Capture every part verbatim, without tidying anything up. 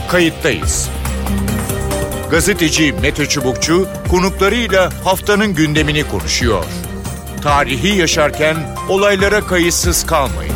kayıttayız. Gazeteci Mete Çubukçu konuklarıyla haftanın gündemini konuşuyor. Tarihi yaşarken olaylara kayıtsız kalmayın.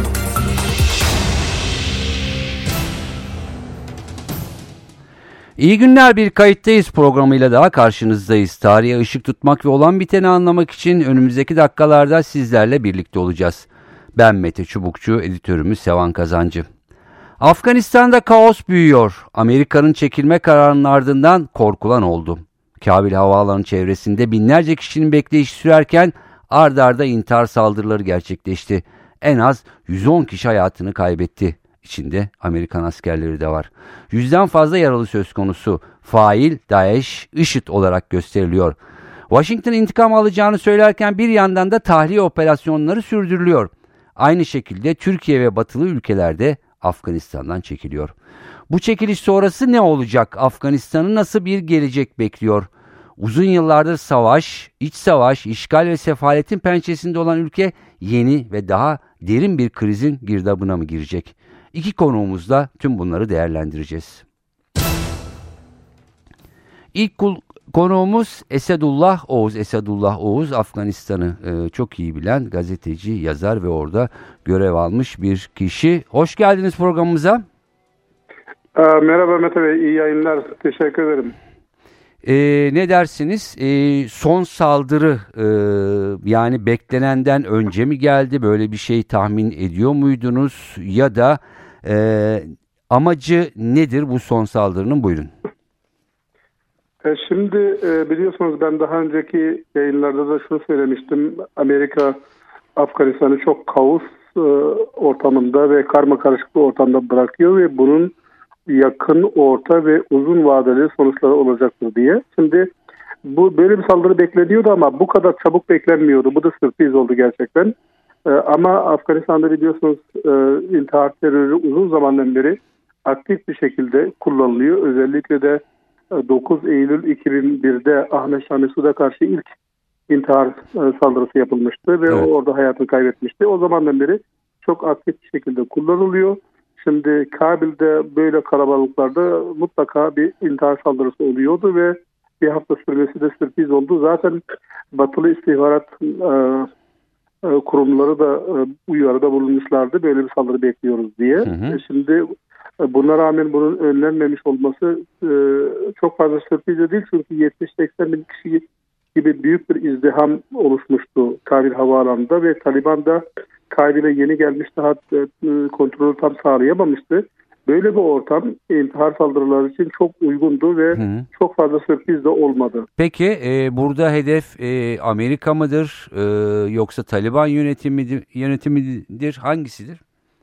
İyi günler, bir kayıttayız programıyla daha karşınızdayız. Tarihe ışık tutmak ve olan biteni anlamak için önümüzdeki dakikalarda sizlerle birlikte olacağız. Ben Mete Çubukçu, editörümüz Sevan Kazancı. Afganistan'da kaos büyüyor. Amerika'nın çekilme kararının ardından korkulan oldu. Kabil havaalanı çevresinde binlerce kişinin bekleyişi sürerken ard arda intihar saldırıları gerçekleşti. En az yüz on kişi hayatını kaybetti. İçinde Amerikan askerleri de var. Yüzden fazla yaralı söz konusu. Fail DAEŞ, IŞİD olarak gösteriliyor. Washington intikam alacağını söylerken bir yandan da tahliye operasyonları sürdürülüyor. Aynı şekilde Türkiye ve batılı ülkelerde Afganistan'dan çekiliyor. Bu çekiliş sonrası ne olacak? Afganistan'ı nasıl bir gelecek bekliyor? Uzun yıllardır savaş, iç savaş, işgal ve sefaletin pençesinde olan ülke yeni ve daha derin bir krizin girdabına mı girecek? İki konuğumuzla tüm bunları değerlendireceğiz. İlk konuğumuz Esedullah Oğuz. Esedullah Oğuz, Afganistan'ı e, çok iyi bilen gazeteci, yazar ve orada görev almış bir kişi. Hoş geldiniz programımıza. E, merhaba Mete Bey, iyi yayınlar. Teşekkür ederim. E, ne dersiniz? E, son saldırı e, yani beklenenden önce mi geldi? Böyle bir şey tahmin ediyor muydunuz? Ya da e, amacı nedir bu son saldırının? Buyurun. E, şimdi e, biliyorsunuz ben daha önceki yayınlarda da şunu söylemiştim. Amerika Afganistan'ı çok kaos e, ortamında ve karmakarışık bir ortamda bırakıyor ve bunun yakın, orta ve uzun vadeli sonuçları olacaktır diye. Şimdi bu böyle bir saldırı bekleniyordu ama bu kadar çabuk beklenmiyordu. Bu da sürpriz oldu gerçekten. Ee, ama Afganistan'da biliyorsunuz e, intihar terörü uzun zamandan beri aktif bir şekilde kullanılıyor. Özellikle de e, dokuz Eylül iki bin bir'de Ahmet Şah Mesud'a karşı ilk intihar e, saldırısı yapılmıştı ve evet. orada hayatını kaybetmişti. O zamandan beri çok aktif bir şekilde kullanılıyor. Şimdi Kabil'de böyle kalabalıklarda mutlaka bir intihar saldırısı oluyordu ve bir hafta sürmesi de sürpriz oldu. Zaten batılı istihbarat e, e, kurumları da e, uyarıda bulunmuşlardı. Böyle bir saldırı bekliyoruz diye. Hı hı. Şimdi e, buna rağmen bunun önlenmemiş olması e, çok fazla sürpriz değil. Çünkü yetmiş seksen bin kişi gibi büyük bir izdiham oluşmuştu Kabil havaalanında ve Taliban da Kabil'e yeni gelmiş, daha e, kontrolü tam sağlayamamıştı. Böyle bir ortam intihar saldırıları için çok uygundu ve hı. çok fazla sürpriz de olmadı. Peki e, burada hedef e, Amerika mıdır e, yoksa Taliban yönetimidir, yönetimidir hangisidir?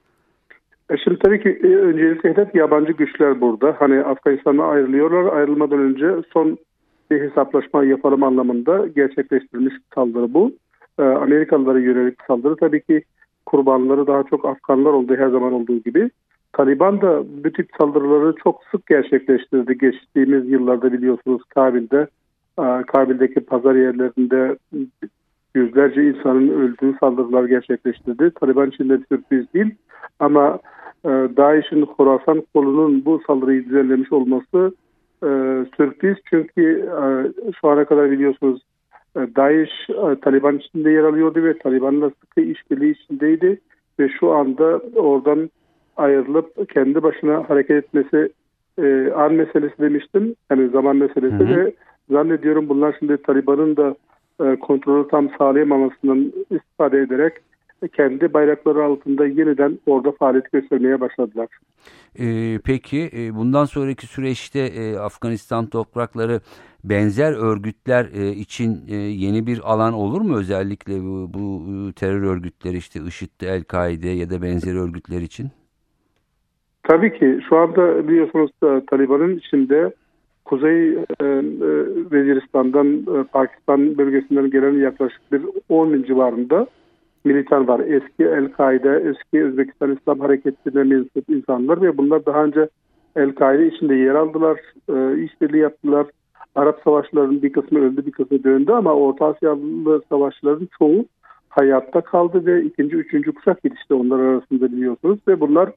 E şimdi tabii ki e, öncelikle hedef yabancı güçler burada. Hani Afganistan'dan ayrılıyorlar. Ayrılmadan önce son bir hesaplaşma yapalım anlamında gerçekleştirilmiş bir saldırı bu. E, Amerikalılara yönelik bir saldırı. Tabii ki kurbanları daha çok Afganlar oldu her zaman olduğu gibi. Taliban da bu tip saldırıları çok sık gerçekleştirdi. Geçtiğimiz yıllarda biliyorsunuz Kabil'de, Kabil'deki pazar yerlerinde yüzlerce insanın öldüğü saldırılar gerçekleştirdi. Taliban için de bir sürpriz değil. Ama DAEŞ'in Khorasan kolunun bu saldırıyı düzenlemiş olması sürpriz. Çünkü şu ana kadar biliyorsunuz DAEŞ Taliban içinde yer alıyordu ve Taliban'la sıkı işbirliği içindeydi. Ve şu anda oradan ayrılıp kendi başına hareket etmesi e, an meselesi demiştim. Yani zaman meselesi hı hı. ve zannediyorum bunlar şimdi Taliban'ın da e, kontrolü tam sağlayamamasından istifade ederek kendi bayrakları altında yeniden orada faaliyet göstermeye başladılar. Ee, peki e, bundan sonraki süreçte e, Afganistan toprakları benzer örgütler e, için e, yeni bir alan olur mu? Özellikle bu, bu terör örgütleri işte IŞİD, El-Kaide ya da benzeri örgütler için? Tabii ki şu anda biliyorsunuz da, Taliban'ın içinde Kuzey e, e, Veziristan'dan e, Pakistan bölgesinden gelen yaklaşık bir on bin civarında militan var. Eski El-Kaide, eski Özbekistan İslam Hareketi'ne mensup insanlar ve bunlar daha önce El-Kaide içinde yer aldılar, e, işbirliği yaptılar. Arap savaşlarının bir kısmı öldü, bir kısmı döndü ama Orta Asyalı savaşların çoğu hayatta kaldı ve ikinci, üçüncü kuşak yetişti onlar arasında biliyorsunuz ve bunlar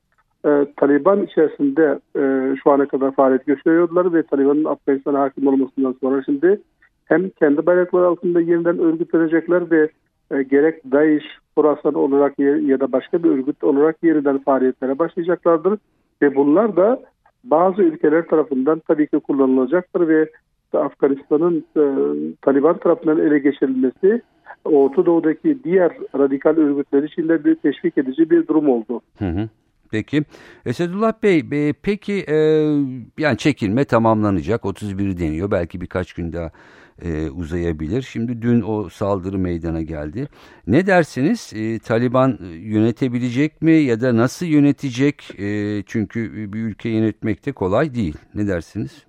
e, Taliban içerisinde e, şu ana kadar faaliyet gösteriyorlar ve Taliban'ın Afganistan'a hakim olmasından sonra şimdi hem kendi bayrakları altında yeniden örgütlenecekler ve e, gerek DAEŞ, Khorasan olarak ya da başka bir örgüt olarak yeniden faaliyetlere başlayacaklardır. Ve bunlar da bazı ülkeler tarafından tabii ki kullanılacaktır ve Afganistan'ın e, Taliban tarafından ele geçirilmesi Orta Doğu'daki diğer radikal örgütler için de bir teşvik edici bir durum oldu. Hı hı. Peki. Esedullah Bey, e, peki e, yani çekilme tamamlanacak. otuz biri deniyor. Belki birkaç gün daha e, uzayabilir. Şimdi dün o saldırı meydana geldi. Ne dersiniz? E, Taliban yönetebilecek mi ya da nasıl yönetecek? E, çünkü bir ülke yönetmek de kolay değil. Ne dersiniz?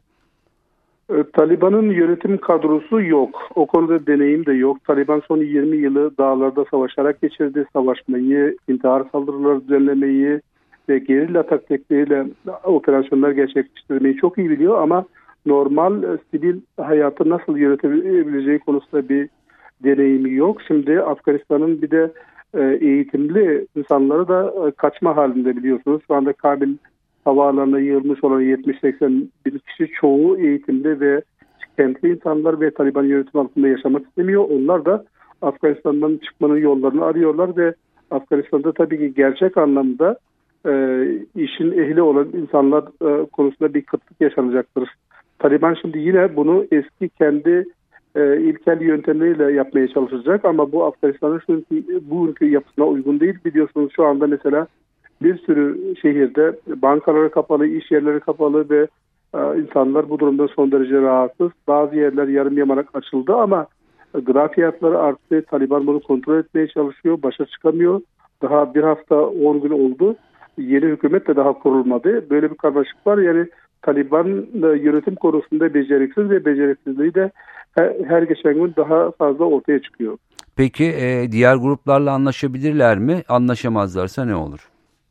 E, Taliban'ın yönetim kadrosu yok. O konuda deneyim de yok. Taliban son yirmi yılı dağlarda savaşarak geçirdi. Savaşmayı, intihar saldırıları düzenlemeyi ve gerilla taktikleriyle operasyonlar gerçekleştirmeyi çok iyi biliyor ama normal e, sivil hayatı nasıl yönetebileceği konusunda bir deneyimi yok. Şimdi Afganistan'ın bir de e, eğitimli insanları da e, kaçma halinde biliyorsunuz. Şu anda Kabil havaalanına yığılmış olan yetmiş seksen bin kişi çoğu eğitimli ve kentli insanlar ve Taliban yönetimi altında yaşamak istemiyor. Onlar da Afganistan'dan çıkmanın yollarını arıyorlar ve Afganistan'da tabii ki gerçek anlamda e, işin ehli olan insanlar e, konusunda bir kıtlık yaşanacaktır. Taliban şimdi yine bunu eski kendi e, ilkel yöntemleriyle yapmaya çalışacak ama bu Afganistan'ın şu bu ülke yapısına uygun değil. Biliyorsunuz şu anda mesela bir sürü şehirde bankaları kapalı, iş yerleri kapalı ve e, insanlar bu durumda son derece rahatsız. Bazı yerler yarım yamalak açıldı ama gıda fiyatları arttı. Taliban bunu kontrol etmeye çalışıyor, başa çıkamıyor. Daha bir hafta on gün oldu. Yeni hükümet de daha kurulmadı. Böyle bir karmaşık var. Yani Taliban yönetim konusunda beceriksiz ve beceriksizliği de her, her geçen gün daha fazla ortaya çıkıyor. Peki e, diğer gruplarla anlaşabilirler mi? Anlaşamazlarsa ne olur?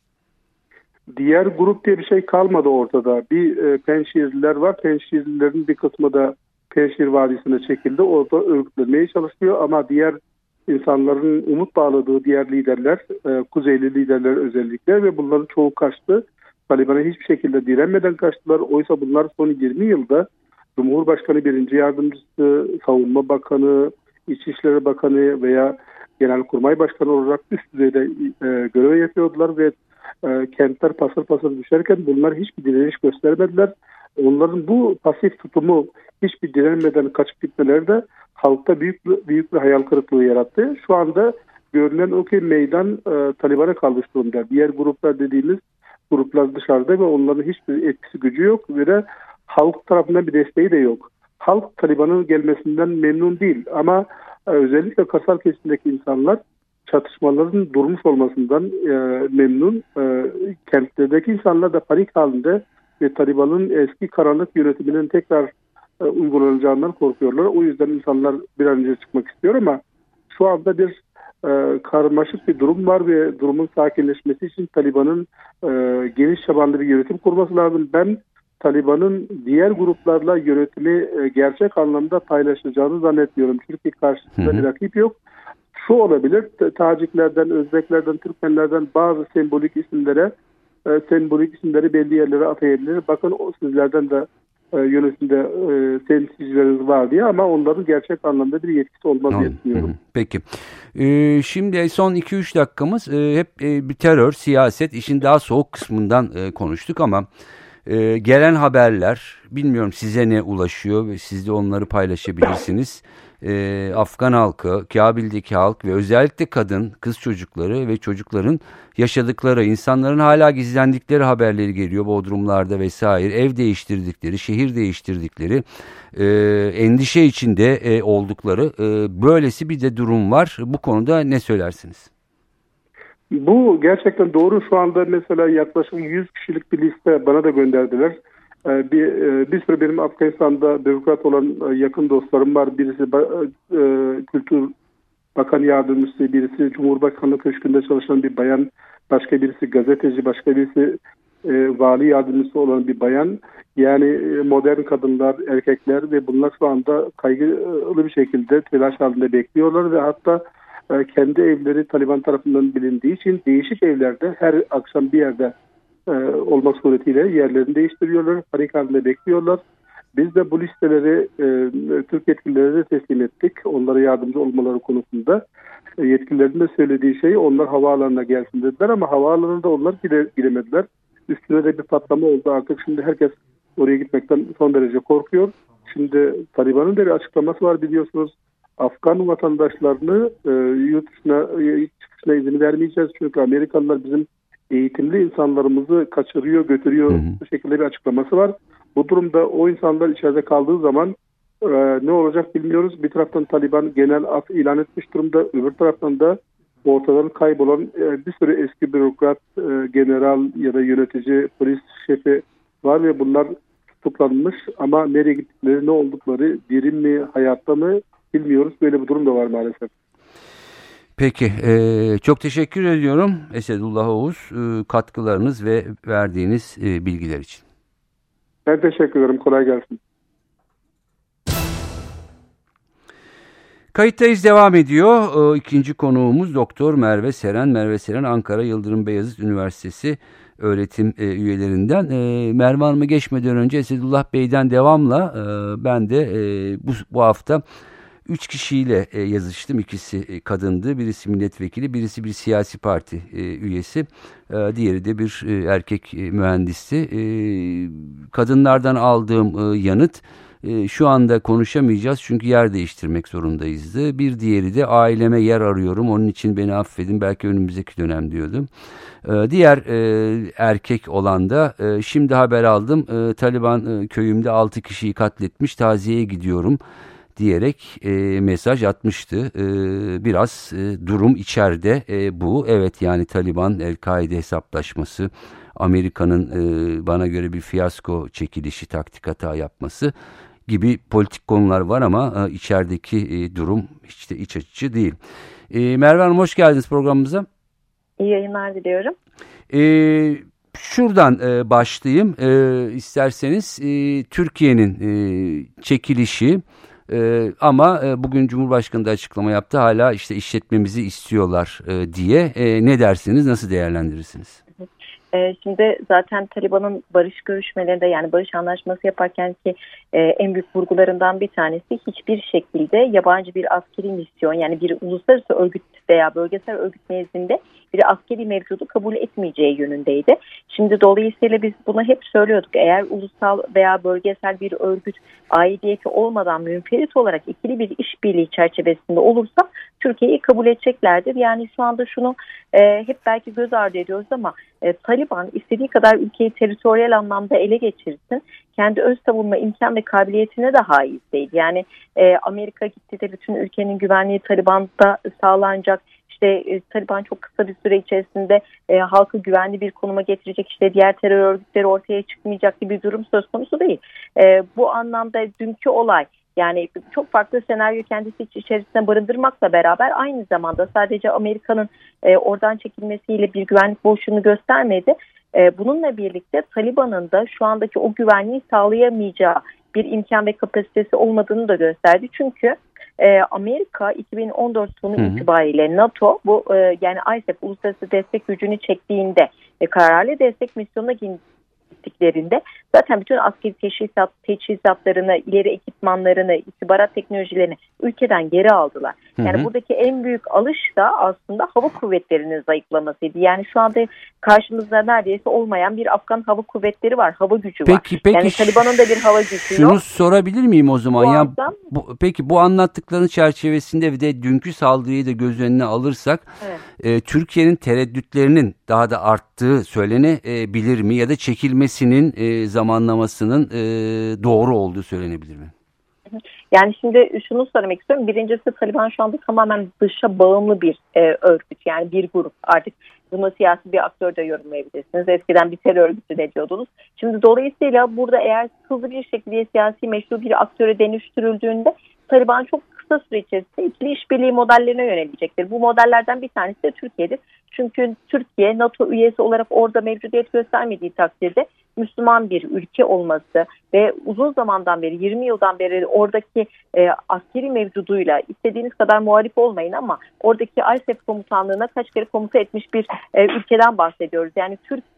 Diğer grup diye bir şey kalmadı ortada. Bir e, Penşirliler var. Penşirlilerin bir kısmı da Penşir Vadisi'ne çekildi. Orada örgütlenmeye çalışıyor ama diğer insanların umut bağladığı diğer liderler, e, Kuzeyli liderler özellikle ve bunların çoğu kaçtı. Taliban'a hiçbir şekilde direnmeden kaçtılar. Oysa bunlar son yirmi yılda Cumhurbaşkanı birinci Yardımcısı, Savunma Bakanı, İçişleri Bakanı veya Genelkurmay Başkanı olarak üst düzeyde e, görev yapıyordular ve e, kentler pasır pasır düşerken bunlar hiçbir direniş göstermediler. Onların bu pasif tutumu hiçbir direnmeden kaçıp gitmeleri de halkta büyük büyük bir hayal kırıklığı yarattı. Şu anda görünen o ki meydan e, Taliban'a kalmış durumda. Diğer gruplar dediğimiz gruplar dışarıda ve onların hiçbir etkisi gücü yok ve de halk tarafından bir desteği de yok. Halk Taliban'ın gelmesinden memnun değil ama e, özellikle kırsal kesimdeki insanlar çatışmaların durmuş olmasından e, memnun. E, kentlerdeki insanlar da panik halinde ve Taliban'ın eski karanlık yönetiminin tekrar e, uygulanacağından korkuyorlar. O yüzden insanlar bir an önce çıkmak istiyor ama şu anda bir e, karmaşık bir durum var ve durumun sakinleşmesi için Taliban'ın e, geniş çaplı bir yönetim kurması lazım. Ben Taliban'ın diğer gruplarla yönetimi e, gerçek anlamda paylaşacağını zannetmiyorum. Çünkü karşısında bir rakip yok. Şu olabilir, Taciklerden, Özbeklerden, Türkmenlerden bazı sembolik isimlere, e, sembolik isimleri belli yerlere atayabilir. Bakın o sizlerden de e, yönetimde e, temsilcileriniz var diye ama onların gerçek anlamda bir yetkisi olmaz diye düşünüyorum. Peki. Ee, şimdi son iki üç dakikamız e, hep e, bir terör, siyaset, işin daha soğuk kısmından e, konuştuk ama e, gelen haberler, bilmiyorum size ne ulaşıyor ve siz de onları paylaşabilirsiniz. E, Afgan halkı, Kabil'deki halk ve özellikle kadın, kız çocukları ve çocukların yaşadıkları, insanların hala gizlendikleri haberleri geliyor Bodrumlarda vesaire. Ev değiştirdikleri, şehir değiştirdikleri, e, endişe içinde e, oldukları e, böylesi bir de durum var. Bu konuda ne söylersiniz? Bu gerçekten doğru. Şu anda mesela yaklaşık yüz kişilik bir liste bana da gönderdiler. Bir, bir sürü benim Afganistan'da bürokrat olan yakın dostlarım var. Birisi Kültür Bakan Yardımcısı, birisi Cumhurbaşkanlığı Köşkü'nde çalışan bir bayan, başka birisi gazeteci, başka birisi vali yardımcısı olan bir bayan. Yani modern kadınlar, erkekler ve bunlar şu anda kaygılı bir şekilde telaş halinde bekliyorlar ve hatta kendi evleri Taliban tarafından bilindiği için değişik evlerde her akşam bir yerde e, olmak suretiyle yerlerini değiştiriyorlar. Panik halinde bekliyorlar. Biz de bu listeleri e, Türk yetkililere de teslim ettik. Onlara yardımcı olmaları konusunda. E, yetkililerin de söylediği şey onlar havaalanına gelsin dediler ama havaalanında onlar gire, giremediler. Üstüne de bir patlama oldu. Artık şimdi herkes oraya gitmekten son derece korkuyor. Şimdi Taliban'ın da bir açıklaması var biliyorsunuz. Afgan vatandaşlarını e, yurt dışına, e, çıkışına izin vermeyeceğiz. Çünkü Amerikalılar bizim eğitimli insanlarımızı kaçırıyor, götürüyor. Hı hı. Bu şekilde bir açıklaması var. Bu durumda o insanlar içeride kaldığı zaman e, ne olacak bilmiyoruz. Bir taraftan Taliban genel af ilan etmiş durumda. Öbür taraftan da ortadan kaybolan e, bir sürü eski bürokrat, e, general ya da yönetici, polis şefi var ve bunlar tutuklanmış. Ama nereye gittikleri, ne oldukları, diri mi, hayatta mı bilmiyoruz. Böyle bir durum da var maalesef. Peki, e, çok teşekkür ediyorum Esedullah Oğuz e, katkılarınız ve verdiğiniz e, bilgiler için. Ben teşekkür ederim. Kolay gelsin. Kayıttayız devam ediyor. E, ikinci konuğumuz Doktor Merve Seren. Merve Seren Ankara Yıldırım Beyazıt Üniversitesi öğretim e, üyelerinden. E, Merve Hanım'a geçmeden önce Esedullah Bey'den devamla e, ben de e, bu, bu hafta üç kişiyle e, yazıştım. İkisi e, kadındı. Birisi milletvekili, birisi bir siyasi parti e, üyesi. E, diğeri de bir e, erkek e, mühendisti. E, kadınlardan aldığım e, yanıt e, şu anda konuşamayacağız çünkü yer değiştirmek zorundayızdı. Bir diğeri de aileme yer arıyorum. Onun için beni affedin. Belki önümüzdeki dönem diyordu. E, diğer e, erkek olan da e, şimdi haber aldım. E, Taliban e, köyümde altı kişiyi katletmiş. Taziyeye gidiyorum diyerek e, mesaj atmıştı. E, biraz e, durum içeride e, bu. Evet, yani Taliban El-Kaide hesaplaşması, Amerika'nın e, bana göre bir fiyasko çekilişi, taktik hata yapması gibi politik konular var ama e, içerideki e, durum hiç de iç açıcı değil. E, Merve Hanım, hoş geldiniz programımıza. İyi yayınlar diliyorum. E, şuradan e, başlayayım e, isterseniz. E, Türkiye'nin e, çekilişi, Ee, ama e, bugün Cumhurbaşkanı da açıklama yaptı, hala işte işletmemizi istiyorlar e, diye. E, ne dersiniz, nasıl değerlendirirsiniz? E, şimdi zaten Taliban'ın barış görüşmelerinde, yani barış anlaşması yaparken ki e, en büyük vurgularından bir tanesi hiçbir şekilde yabancı bir askeri misyon, yani bir uluslararası örgüt veya bölgesel örgüt nezdinde bir askeri mevcudu kabul etmeyeceği yönündeydi. Şimdi dolayısıyla biz bunu hep söylüyorduk. Eğer ulusal veya bölgesel bir örgüt aidiyeti olmadan münferit olarak ikili bir işbirliği çerçevesinde olursa Türkiye'yi kabul edeceklerdir. Yani şu anda şunu e, hep belki göz ardı ediyoruz ama e, Taliban istediği kadar ülkeyi teritoryal anlamda ele geçirsin, kendi öz savunma imkan ve kabiliyetine de haiz değil. Yani e, Amerika gitti de bütün ülkenin güvenliği Taliban'da sağlanacak. İşte e, Taliban çok kısa bir süre içerisinde e, halkı güvenli bir konuma getirecek, işte diğer terör örgütleri ortaya çıkmayacak gibi bir durum söz konusu değil. E, bu anlamda dünkü olay, yani çok farklı senaryo kendisi içerisinde barındırmakla beraber aynı zamanda sadece Amerika'nın e, oradan çekilmesiyle bir güvenlik boşluğunu göstermedi. E, bununla birlikte Taliban'ın da şu andaki o güvenliği sağlayamayacağı bir imkan ve kapasitesi olmadığını da gösterdi. Çünkü e, Amerika iki bin on dört sonu hı hı. itibariyle NATO, bu e, yani I S A F uluslararası destek gücünü çektiğinde ve kararlı destek misyonuna gittiklerinde zaten bütün askeri teçhizat, teçhizatlarını, ileri ekipmanlarını, istihbarat teknolojilerini ülkeden geri aldılar. Yani hı hı. buradaki en büyük alış da aslında hava kuvvetlerinin zayıflamasıydı. Yani şu anda karşımızda neredeyse olmayan bir Afgan hava kuvvetleri var, hava gücü var. Peki, peki, yani Taliban'ın da bir hava gücü şunu yok. sorabilir miyim o zaman? Bu ya, adam, bu, peki bu anlattıkların çerçevesinde bir de dünkü saldırıyı da göz önüne alırsak evet. e, Türkiye'nin tereddütlerinin daha da arttığı söylenebilir mi? Ya da çekilmesinin e, zamanlamasının e, doğru olduğu söylenebilir mi? Yani şimdi şunu söylemek istiyorum. Birincisi, Taliban şu anda tamamen dışa bağımlı bir e, örgüt. Yani bir grup. Artık bunu siyasi bir aktör de yorumlayabilirsiniz. Eskiden bir terör örgütü de diyordunuz. Şimdi dolayısıyla burada eğer hızlı bir şekilde siyasi meşru bir aktöre dönüştürüldüğünde Taliban çok kısa süre içerisinde ikili işbirliği modellerine yönelecektir. Bu modellerden bir tanesi de Türkiye'dir. Çünkü Türkiye NATO üyesi olarak orada mevcudiyet göstermediği takdirde Müslüman bir ülke olması ve uzun zamandan beri, yirmi yıldan beri oradaki e, askeri mevcuduyla istediğiniz kadar muhalif olmayın ama oradaki I S A F komutanlığına kaç kere komuta etmiş bir e, ülkeden bahsediyoruz. Yani Türkiye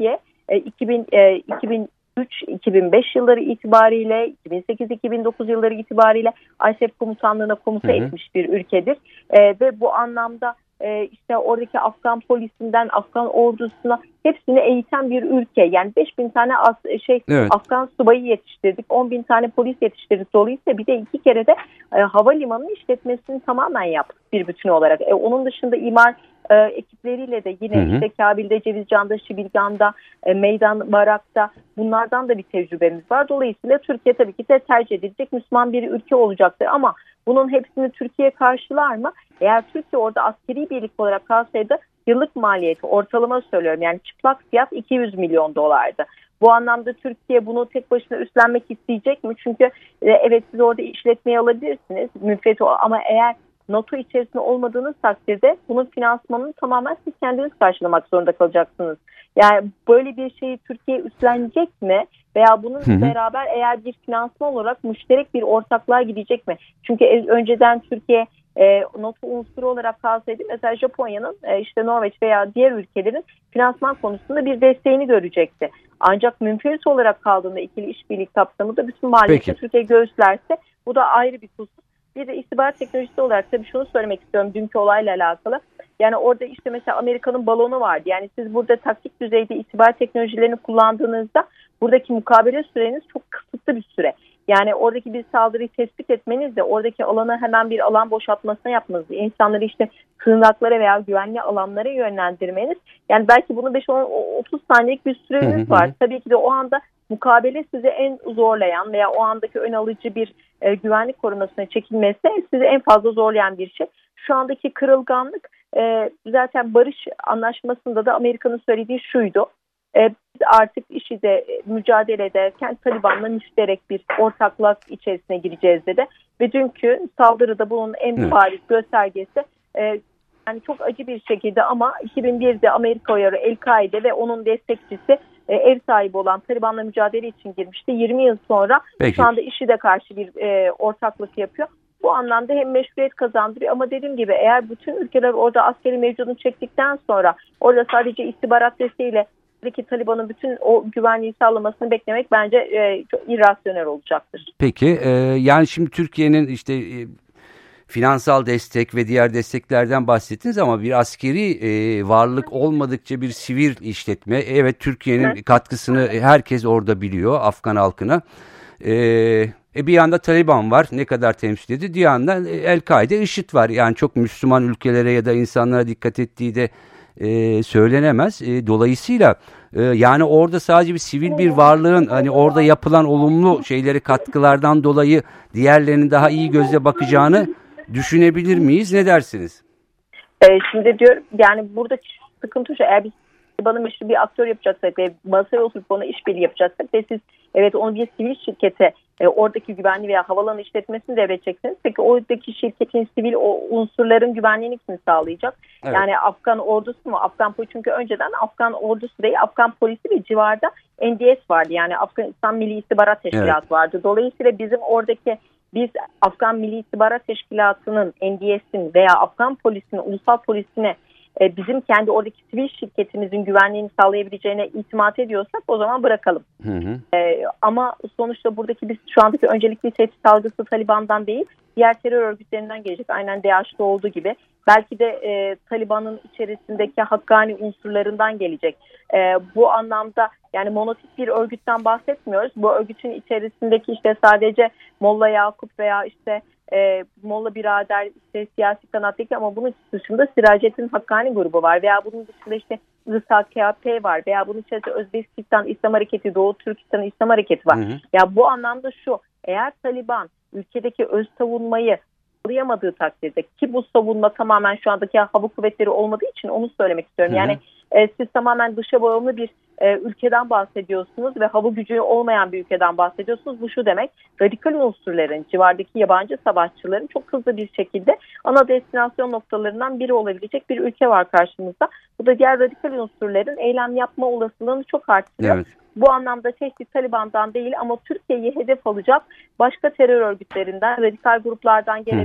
e, iki bin, e, iki bin üç iki bin beş yılları itibariyle, iki bin sekiz iki bin dokuz yılları itibariyle I S A F komutanlığına komuta hı hı. etmiş bir ülkedir. E, ve bu anlamda e, işte oradaki Afgan polisinden Afgan ordusuna hepsini eğiten bir ülke. Yani beş bin tane as, şey evet. Afgan subayı yetiştirdik, on bin tane polis yetiştirdik. Dolayısıyla bir de iki kere de e, havalimanının işletmesini tamamen yaptık bir bütün olarak. E, onun dışında imar e, ekipleriyle de yine hı hı. işte Kabil'de, Cevizcan'da, Şibilgan'da, e, Meydan Barak'ta bunlardan da bir tecrübemiz var. Dolayısıyla Türkiye tabii ki de tercih edilecek Müslüman bir ülke olacaktır. Ama bunun hepsini Türkiye karşılar mı? Eğer Türkiye orada askeri birlik olarak kalsaydı yıllık maliyeti ortalama söylüyorum yani çıplak fiyat iki yüz milyon dolardı. Bu anlamda Türkiye bunu tek başına üstlenmek isteyecek mi? Çünkü e, evet siz orada işletmeyi alabilirsiniz müfret ama eğer NATO içerisinde olmadığınız takdirde bunun finansmanını tamamen siz kendiniz karşılamak zorunda kalacaksınız. Yani böyle bir şeyi Türkiye üstlenecek mi? Veya bunun hı hı. beraber eğer bir finansman olarak müşterek bir ortaklığa gidecek mi? Çünkü önceden Türkiye e, NATO unsuru olarak kalsaydı mesela Japonya'nın e, işte Norveç veya diğer ülkelerin finansman konusunda bir desteğini görecekti. Ancak münferit olarak kaldığında ikili işbirliği kapsamında bütün maliyeti Türkiye göğüslerse bu da ayrı bir husus. Bir de istihbarat teknolojisi olarak tabii şunu söylemek istiyorum dünkü olayla alakalı. Yani orada işte mesela Amerika'nın balonu vardı. Yani siz burada taktik düzeyde istihbarat teknolojilerini kullandığınızda buradaki mukabele süreniz çok kısıtlı bir süre. Yani oradaki bir saldırıyı tespit etmeniz de oradaki alanı hemen bir alan boşaltmasına yapmanız, insanları işte sığınaklara veya güvenli alanlara yönlendirmeniz. Yani belki bunu beş on otuz saniyelik bir süreniz var. Tabii ki de o anda mukabele sizi en zorlayan veya o andaki ön alıcı bir e, güvenlik korumasına çekilmesi sizi en fazla zorlayan bir şey. Şu andaki kırılganlık e, zaten barış anlaşmasında da Amerika'nın söylediği şuydu. E, biz artık işi de mücadele ederken Taliban'la müşterek bir ortaklık içerisine gireceğiz dedi. Ve dünkü saldırıda bunun en bariz göstergesi e, yani çok acı bir şekilde ama iki bin birde Amerika uyarı El-Kaide ve onun destekçisi e, ev sahibi olan Taliban'la mücadele için girmişti. yirmi yıl sonra Peki. Şu anda IŞİD'e karşı bir e, ortaklık yapıyor. Bu anlamda hem meşruiyet kazandırıyor ama dediğim gibi eğer bütün ülkeler orada askeri mevcudunu çektikten sonra orada sadece istihbarat desteğiyle Taliban'ın bütün o güvenliği sağlamasını beklemek bence e, çok irrasyonel olacaktır. Peki e, yani şimdi Türkiye'nin işte e, finansal destek ve diğer desteklerden bahsettiniz ama bir askeri e, varlık olmadıkça bir sivil işletme. Evet Türkiye'nin evet. katkısını herkes orada biliyor Afgan halkına. E, e, bir yanda Taliban var ne kadar temsil ediyor. Bir yandan El-Kaide, IŞİD var. Yani çok Müslüman ülkelere ya da insanlara dikkat ettiği de e, söylenemez. E, dolayısıyla e, yani orada sadece bir sivil bir varlığın hani orada yapılan olumlu şeyleri katkılardan dolayı diğerlerinin daha iyi gözle bakacağını düşünebilir miyiz? Ne dersiniz? E, şimdi diyorum yani burada sıkıntı şu, eğer biz bana meşhur bir aktör yapacaksak ve masaya oturup ona işbirliği yapacaksak ve siz evet onu bir sivil şirkete e, oradaki güvenliği veya havaalanı işletmesini devredeceksiniz. Peki oradaki şirketin sivil o unsurların güvenliğini kim sağlayacak? Evet. Yani Afgan ordusu mu? Afgan polisi, çünkü önceden Afgan ordusu değil Afgan polisi ve civarda N D S vardı. Yani Afganistan Milli İstihbarat Teşkilatı evet. vardı. Dolayısıyla bizim oradaki biz Afgan Milli İstihbarat Teşkilatı'nın, N D S'in veya Afgan polisinin, ulusal polisine e, bizim kendi oradaki sivil şirketimizin güvenliğini sağlayabileceğine itimat ediyorsak o zaman bırakalım. Hı hı. E, ama sonuçta buradaki biz şu andaki öncelikli tehdit algısı Taliban'dan değil, diğer terör örgütlerinden gelecek. Aynen DAEŞ'te olduğu gibi. Belki de e, Taliban'ın içerisindeki hakkani unsurlarından gelecek. E, bu anlamda yani monotit bir örgütten bahsetmiyoruz. Bu örgütün içerisindeki işte sadece Molla Yakup veya işte e, Molla Birader işte siyasi kanattaki ama bunun dışında Siracettin Hakkani grubu var veya bunun dışında işte I S A K H P var veya bunun içerisinde Özbekistan İslam Hareketi, Doğu Türkistan İslam Hareketi var. Hı hı. Ya bu anlamda şu, eğer Taliban ülkedeki öz savunmayı sağlayamadığı takdirde, ki bu savunma tamamen şu andaki hava kuvvetleri olmadığı için onu söylemek istiyorum. Hı hı. Yani e, siz tamamen dışa bağımlı bir e, ülkeden bahsediyorsunuz ve hava gücü olmayan bir ülkeden bahsediyorsunuz. Bu şu demek, radikal unsurların, civardaki yabancı savaşçıların çok hızlı bir şekilde ana destinasyon noktalarından biri olabilecek bir ülke var karşımızda. Bu da diğer radikal unsurların eylem yapma olasılığını çok artırıyor. Evet. Bu anlamda tehdit Taliban'dan değil ama Türkiye'yi hedef alacak başka terör örgütlerinden, radikal gruplardan gelebilir. Hı hı.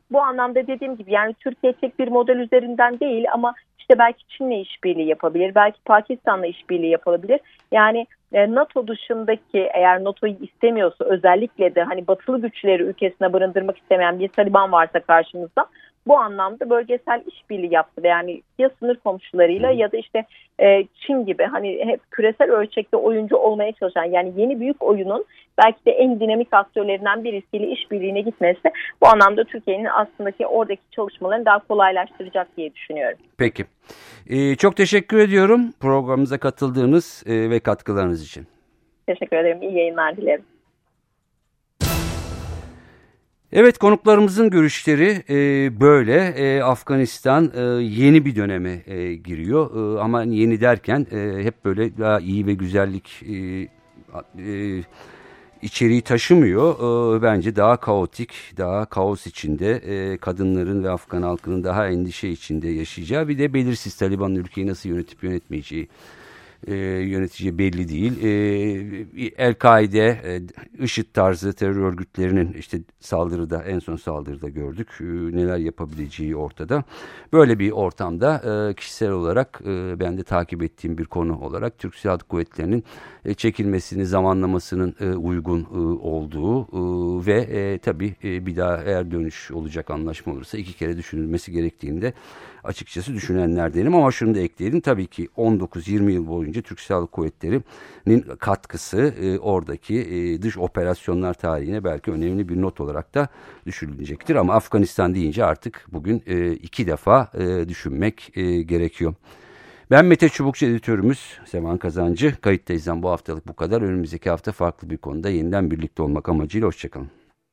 Bu anlamda dediğim gibi yani Türkiye tek bir model üzerinden değil ama işte belki Çin'le işbirliği yapabilir, belki Pakistan'la işbirliği yapılabilir. Yani NATO dışındaki, eğer NATO'yu istemiyorsa, özellikle de hani batılı güçleri ülkesine barındırmak istemeyen bir Taliban varsa karşımızda, bu anlamda bölgesel işbirliği yaptı ve yani ya sınır komşularıyla ya da işte e, Çin gibi hani hep küresel ölçekte oyuncu olmaya çalışan, yani yeni büyük oyunun belki de en dinamik aktörlerinden birisiyle işbirliğine gitmesi bu anlamda Türkiye'nin aslında ki oradaki çalışmalarını daha kolaylaştıracak diye düşünüyorum. Peki. Ee, çok teşekkür ediyorum programımıza katıldığınız e, ve katkılarınız için. Teşekkür ederim. İyi yayınlar dilerim. Evet, konuklarımızın görüşleri e, böyle. E, Afganistan e, yeni bir döneme e, giriyor. E, ama yeni derken e, hep böyle daha iyi ve güzellik e, e, içeriği taşımıyor. E, bence daha kaotik, daha kaos içinde, e, kadınların ve Afgan halkının daha endişe içinde yaşayacağı, bir de belirsiz Taliban'ın ülkeyi nasıl yönetip yönetmeyeceği E, yönetici belli değil. E, El-Kaide, e, IŞİD tarzı terör örgütlerinin işte saldırıda, en son saldırıda gördük. E, neler yapabileceği ortada. Böyle bir ortamda e, kişisel olarak e, ben de takip ettiğim bir konu olarak Türk Silahlı Kuvvetleri'nin e, çekilmesini, zamanlamasının e, uygun e, olduğu e, ve e, tabii e, bir daha eğer dönüş olacak, anlaşma olursa iki kere düşünülmesi gerektiğinde açıkçası düşünenlerdenim. Ama şunu da ekleyelim, tabii ki on dokuz yirmi yıl boyunca Türk Silahlı Kuvvetleri'nin katkısı e, oradaki e, dış operasyonlar tarihine belki önemli bir not olarak da düşünülecektir. Ama Afganistan deyince artık bugün e, iki defa e, düşünmek e, gerekiyor. Ben Mete Çubukçu, editörümüz Sevan Kazancı. Kayıttayız'dan bu haftalık bu kadar. Önümüzdeki hafta farklı bir konuda yeniden birlikte olmak amacıyla hoşçakalın.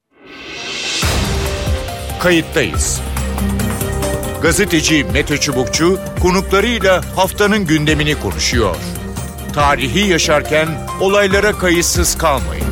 Kayıttayız. Gazeteci Mete Çubukçu konuklarıyla haftanın gündemini konuşuyor. Tarihi yaşarken olaylara kayıtsız kalmayın.